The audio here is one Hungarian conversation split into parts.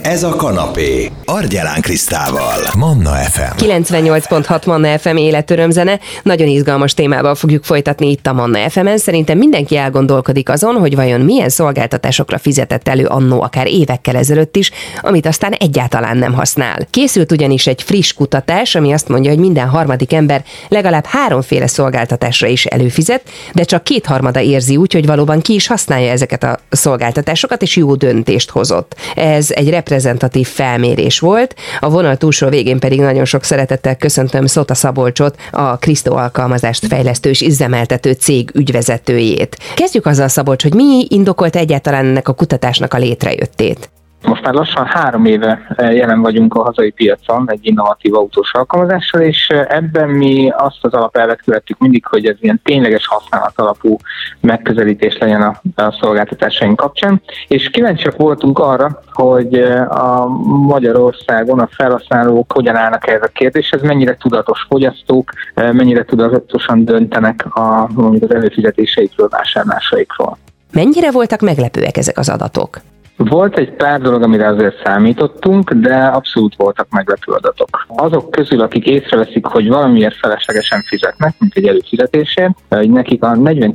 Ez a kanapé. Argyelán Krisztával. Manna FM. 98.6 Manna FM életörömzene. Nagyon izgalmas témával fogjuk folytatni itt a Manna FM-en. Szerintem mindenki elgondolkodik azon, hogy vajon milyen szolgáltatásokra fizetett elő annó akár évekkel ezelőtt is, amit aztán egyáltalán nem használ. Készült ugyanis egy friss kutatás, ami azt mondja, hogy minden harmadik ember legalább 3 szolgáltatásra is előfizet, de csak 2/3 érzi úgy, hogy valóban ki is használja ezeket a szolgáltatásokat, és jó döntést hozott. Ez egy reprezentatív felmérés volt, a vonal túlsó végén pedig nagyon sok szeretettel köszöntöm Szota Szabolcsot, a Krisztó alkalmazást fejlesztő és üzemeltető cég ügyvezetőjét. Kezdjük azzal, Szabolcs, hogy mi indokolta egyáltalán ennek a kutatásnak a létrejöttét? Most már lassan 3 éve jelen vagyunk a hazai piacon egy innovatív autós alkalmazással, és ebben mi azt az alapelvet követtük mindig, hogy ez ilyen tényleges használat alapú megközelítés legyen a szolgáltatásaink kapcsán, és kíváncsiak voltunk arra, hogy a Magyarországon a felhasználók hogyan állnak ehhez a kérdéshez, mennyire tudatos fogyasztók, mennyire tudatosan döntenek mondjuk az előfizetéseikről, vásárlásaikról. Mennyire voltak meglepőek ezek az adatok? Volt egy pár dolog, amire azért számítottunk, de abszolút voltak meglepő adatok. Azok közül, akik észreveszik, hogy valamiért feleslegesen fizetnek, mint egy előfizetésért, hogy nekik a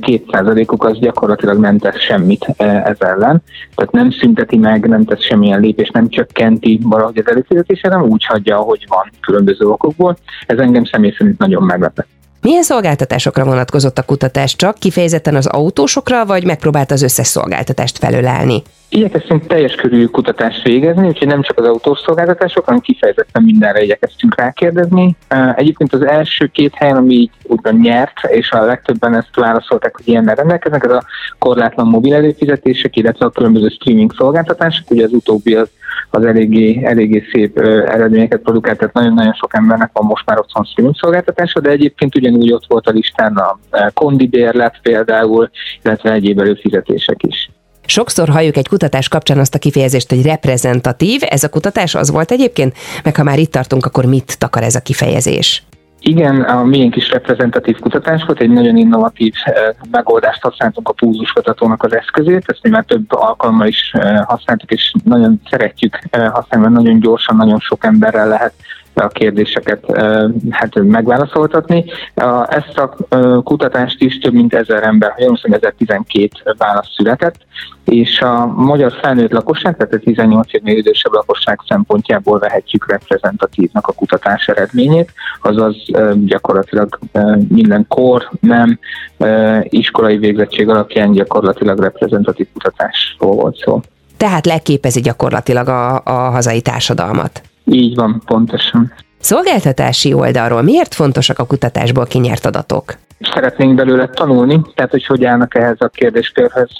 42%-uk az gyakorlatilag nem tesz semmit ez ellen. Tehát nem szünteti meg, nem tesz semmilyen lépést, nem csökkenti valahogy az előfizetését, hanem úgy hagyja, ahogy van különböző okokból. Ez engem személy szerint nagyon meglepett. Milyen szolgáltatásokra vonatkozott a kutatás? Csak kifejezetten az autósokra, vagy megpróbált az összes szolgáltatást felölelni? Igyekeztünk teljes körű kutatást végezni, úgyhogy nem csak az autós szolgáltatások, hanem kifejezetten mindenre igyekeztünk rákérdezni. Egyébként az első 2 helyen, ami így úgymond nyert, és a legtöbben ezt válaszolták, hogy ilyennel rendelkeznek, ez a korlátlan mobil előfizetések, illetve a különböző streaming szolgáltatások. Ugye az utóbbi az eléggé szép eredményeket produkált, tehát nagyon-nagyon sok embernek van most már otthon streaming szolgáltatása, de egyébként ugyanúgy ott volt a listán a kondibérlet például, illetve egyéb előfizetések is. Sokszor halljuk egy kutatás kapcsán azt a kifejezést, hogy reprezentatív. Ez a kutatás az volt egyébként? Meg ha már itt tartunk, akkor mit takar ez a kifejezés? Igen, a miénk is reprezentatív kutatás volt, egy nagyon innovatív megoldást használtunk a pulzuskutatónak az eszközét, ezt mi már több alkalommal is használtuk, és nagyon szeretjük használni, mert nagyon gyorsan, nagyon sok emberrel lehet a kérdéseket megválaszoltatni. Ezt a kutatást is több mint 1000 ember, 1012 válasz született, és a magyar felnőtt lakosság, tehát a 18 évnél idősebb lakosság szempontjából vehetjük reprezentatívnak a kutatás eredményét, azaz gyakorlatilag minden kor, nem iskolai végzettség alapján gyakorlatilag reprezentatív kutatásról volt szó. Tehát leképezi gyakorlatilag a hazai társadalmat. Így van, pontosan. Szolgáltatási oldalról miért fontosak a kutatásból kinyert adatok? Szeretnénk belőle tanulni, tehát hogy állnak ehhez a kérdéskörhöz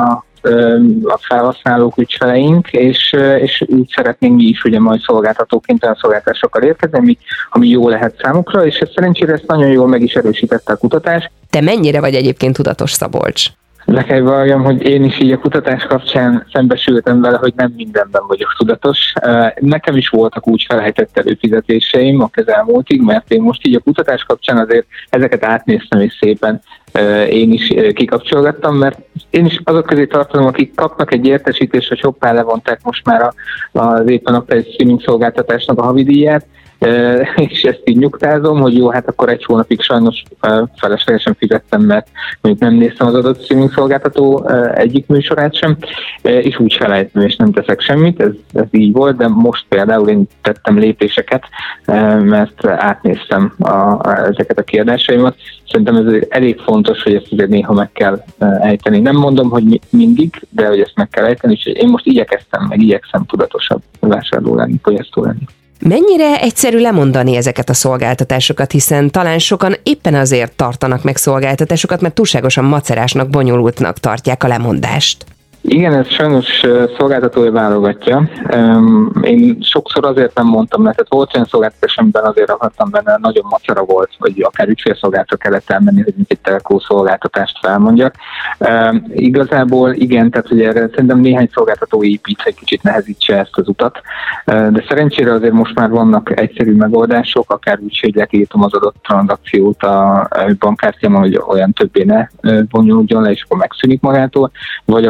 a felhasználók, ügyfeleink, és úgy szeretnénk mi is ugye majd szolgáltatóként olyan szolgáltatásokkal érkezni, ami jó lehet számukra, és szerencsére ezt nagyon jól meg is erősítette a kutatás. Te mennyire vagy egyébként tudatos, Szabolcs? Le kell valljam, hogy én is így a kutatás kapcsán szembesültem vele, hogy nem mindenben vagyok tudatos. Nekem is voltak úgy felejtett előfizetéseim a közelmúltig, mert én most így a kutatás kapcsán azért ezeket átnéztem és szépen én is kikapcsolgattam, mert én is azok közé tartozom, akik kapnak egy értesítést, hogy hoppá, levonták most már az éppen aktuális streaming szolgáltatásnak a havidíját, és ezt így nyugtázom, hogy jó, hát akkor 1 hónapig sajnos feleslegesen fizettem, mert mondjuk nem néztem az adott streaming szolgáltató egyik műsorát sem, és úgy felejtem, és nem teszek semmit, ez így volt, de most például én tettem lépéseket, mert átnéztem ezeket a kiadásaimat. Szerintem ez elég fontos, hogy ezt azért néha meg kell ejteni. Nem mondom, hogy mindig, de hogy ezt meg kell ejteni, és én most igyekszem tudatosabb vásárló lenni, fogyasztó lenni. Mennyire egyszerű lemondani ezeket a szolgáltatásokat, hiszen talán sokan éppen azért tartanak meg szolgáltatásokat, mert túlságosan macerásnak, bonyolultnak tartják a lemondást? Igen, ez sajnos szolgáltatója válogatja. Én sokszor azért nem mondtam, mert volt olyan szolgáltatás, amiben azért akartam benne, nagyon macera volt, vagy akár ügyfélszolgálatra kellett elmenni, hogy egy telkó szolgáltatást felmondjak. Igazából igen, tehát ugye erre szerintem néhány szolgáltató épít, hogy kicsit nehezítse ezt az utat, de szerencsére azért most már vannak egyszerű megoldások, akár úgy, hogy letiltom az adott tranzakciót a bankkártyámon, hogy olyan többé ne bonyolódjon le, és akkor megszűnik magától, vagy akár tényleg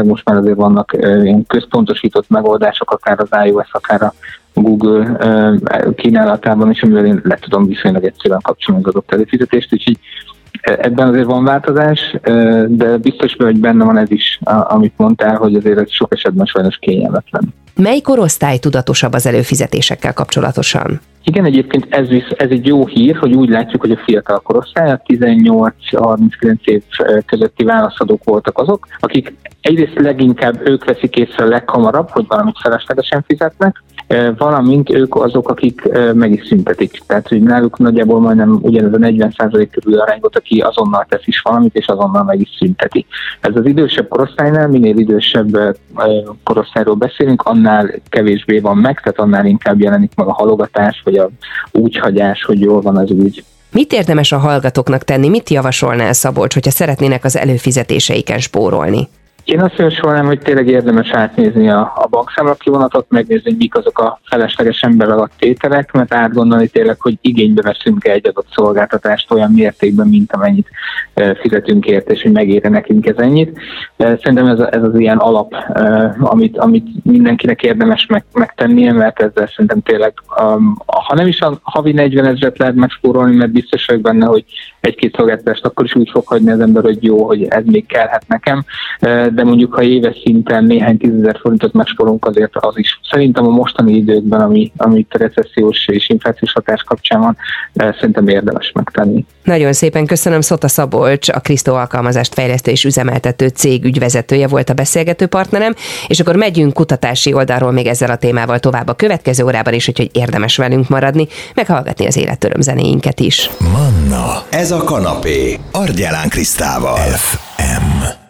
most már azért vannak ilyen központosított megoldások, akár az iOS, akár a Google kínálatában is, amivel én le tudom viszonylag egyszerűen kapcsolni az adott előfizetést, úgyhogy ebben azért van változás, de biztos, hogy benne van ez is, amit mondtál, hogy azért ez sok esetben sajnos kényelmetlen. Mely korosztály tudatosabb az előfizetésekkel kapcsolatosan? Igen, egyébként ez egy jó hír, hogy úgy látjuk, hogy a fiatal korosztály, a 18-39 év közötti válaszadók voltak azok, akik egyrészt leginkább ők veszik észre leghamarabb, hogy valamit feleslegesen fizetnek, valamint ők azok, akik meg is szüntetik. Tehát, hogy náluk nagyjából majdnem ugyanez a 40% körül arány volt, aki azonnal tesz is valamit, és azonnal meg is szünteti. Ez az idősebb korosztálynál, minél idősebb korosztályról beszélünk, annál kevésbé van meg, tehát annál inkább jelenik meg a halogatás, vagy a úgyhagyás, hogy jól van az úgy. Mit érdemes a hallgatóknak tenni? Mit javasolnál, Szabolcs, hogyha szeretnének az előfizetéseiken spórolni? Én azt javasolnám, hogy tényleg érdemes átnézni a bankszámla kivonatot, megnézni, mik azok a feleslegesen bevallott tételek, mert átgondolni tényleg, hogy igénybe veszünk egy adott szolgáltatást olyan mértékben, mint amennyit fizetünk érte, és hogy megére nekünk ez ennyit. Szerintem ez az ilyen alap, amit mindenkinek érdemes megtennie, mert ezzel szerintem tényleg, ha nem is a havi 40 000 lehet megspórolni, mert biztos vagyok benne, hogy egy-két szolgáltatást akkor is úgy fog hagyni az ember, hogy jó, hogy ez még kellhet nekem, de mondjuk ha éves szinten néhány 10 000 forintot megspórolunk, azért az is. Szerintem a mostani időkben, amit a recessziós és inflációs hatás kapcsán van, szerintem érdemes megtenni. Nagyon szépen köszönöm, Szota Szabolcs, a Krisztó alkalmazást fejlesztő és üzemeltető cég ügyvezetője volt a beszélgető partnerem, és akkor megyünk kutatási oldalról még ezzel a témával tovább a következő órában is, úgyhogy érdemes velünk maradni, meghallgatni az életöröm zenéinket is. Manna, ez a kanapé, Argyelán Krisztával. FM.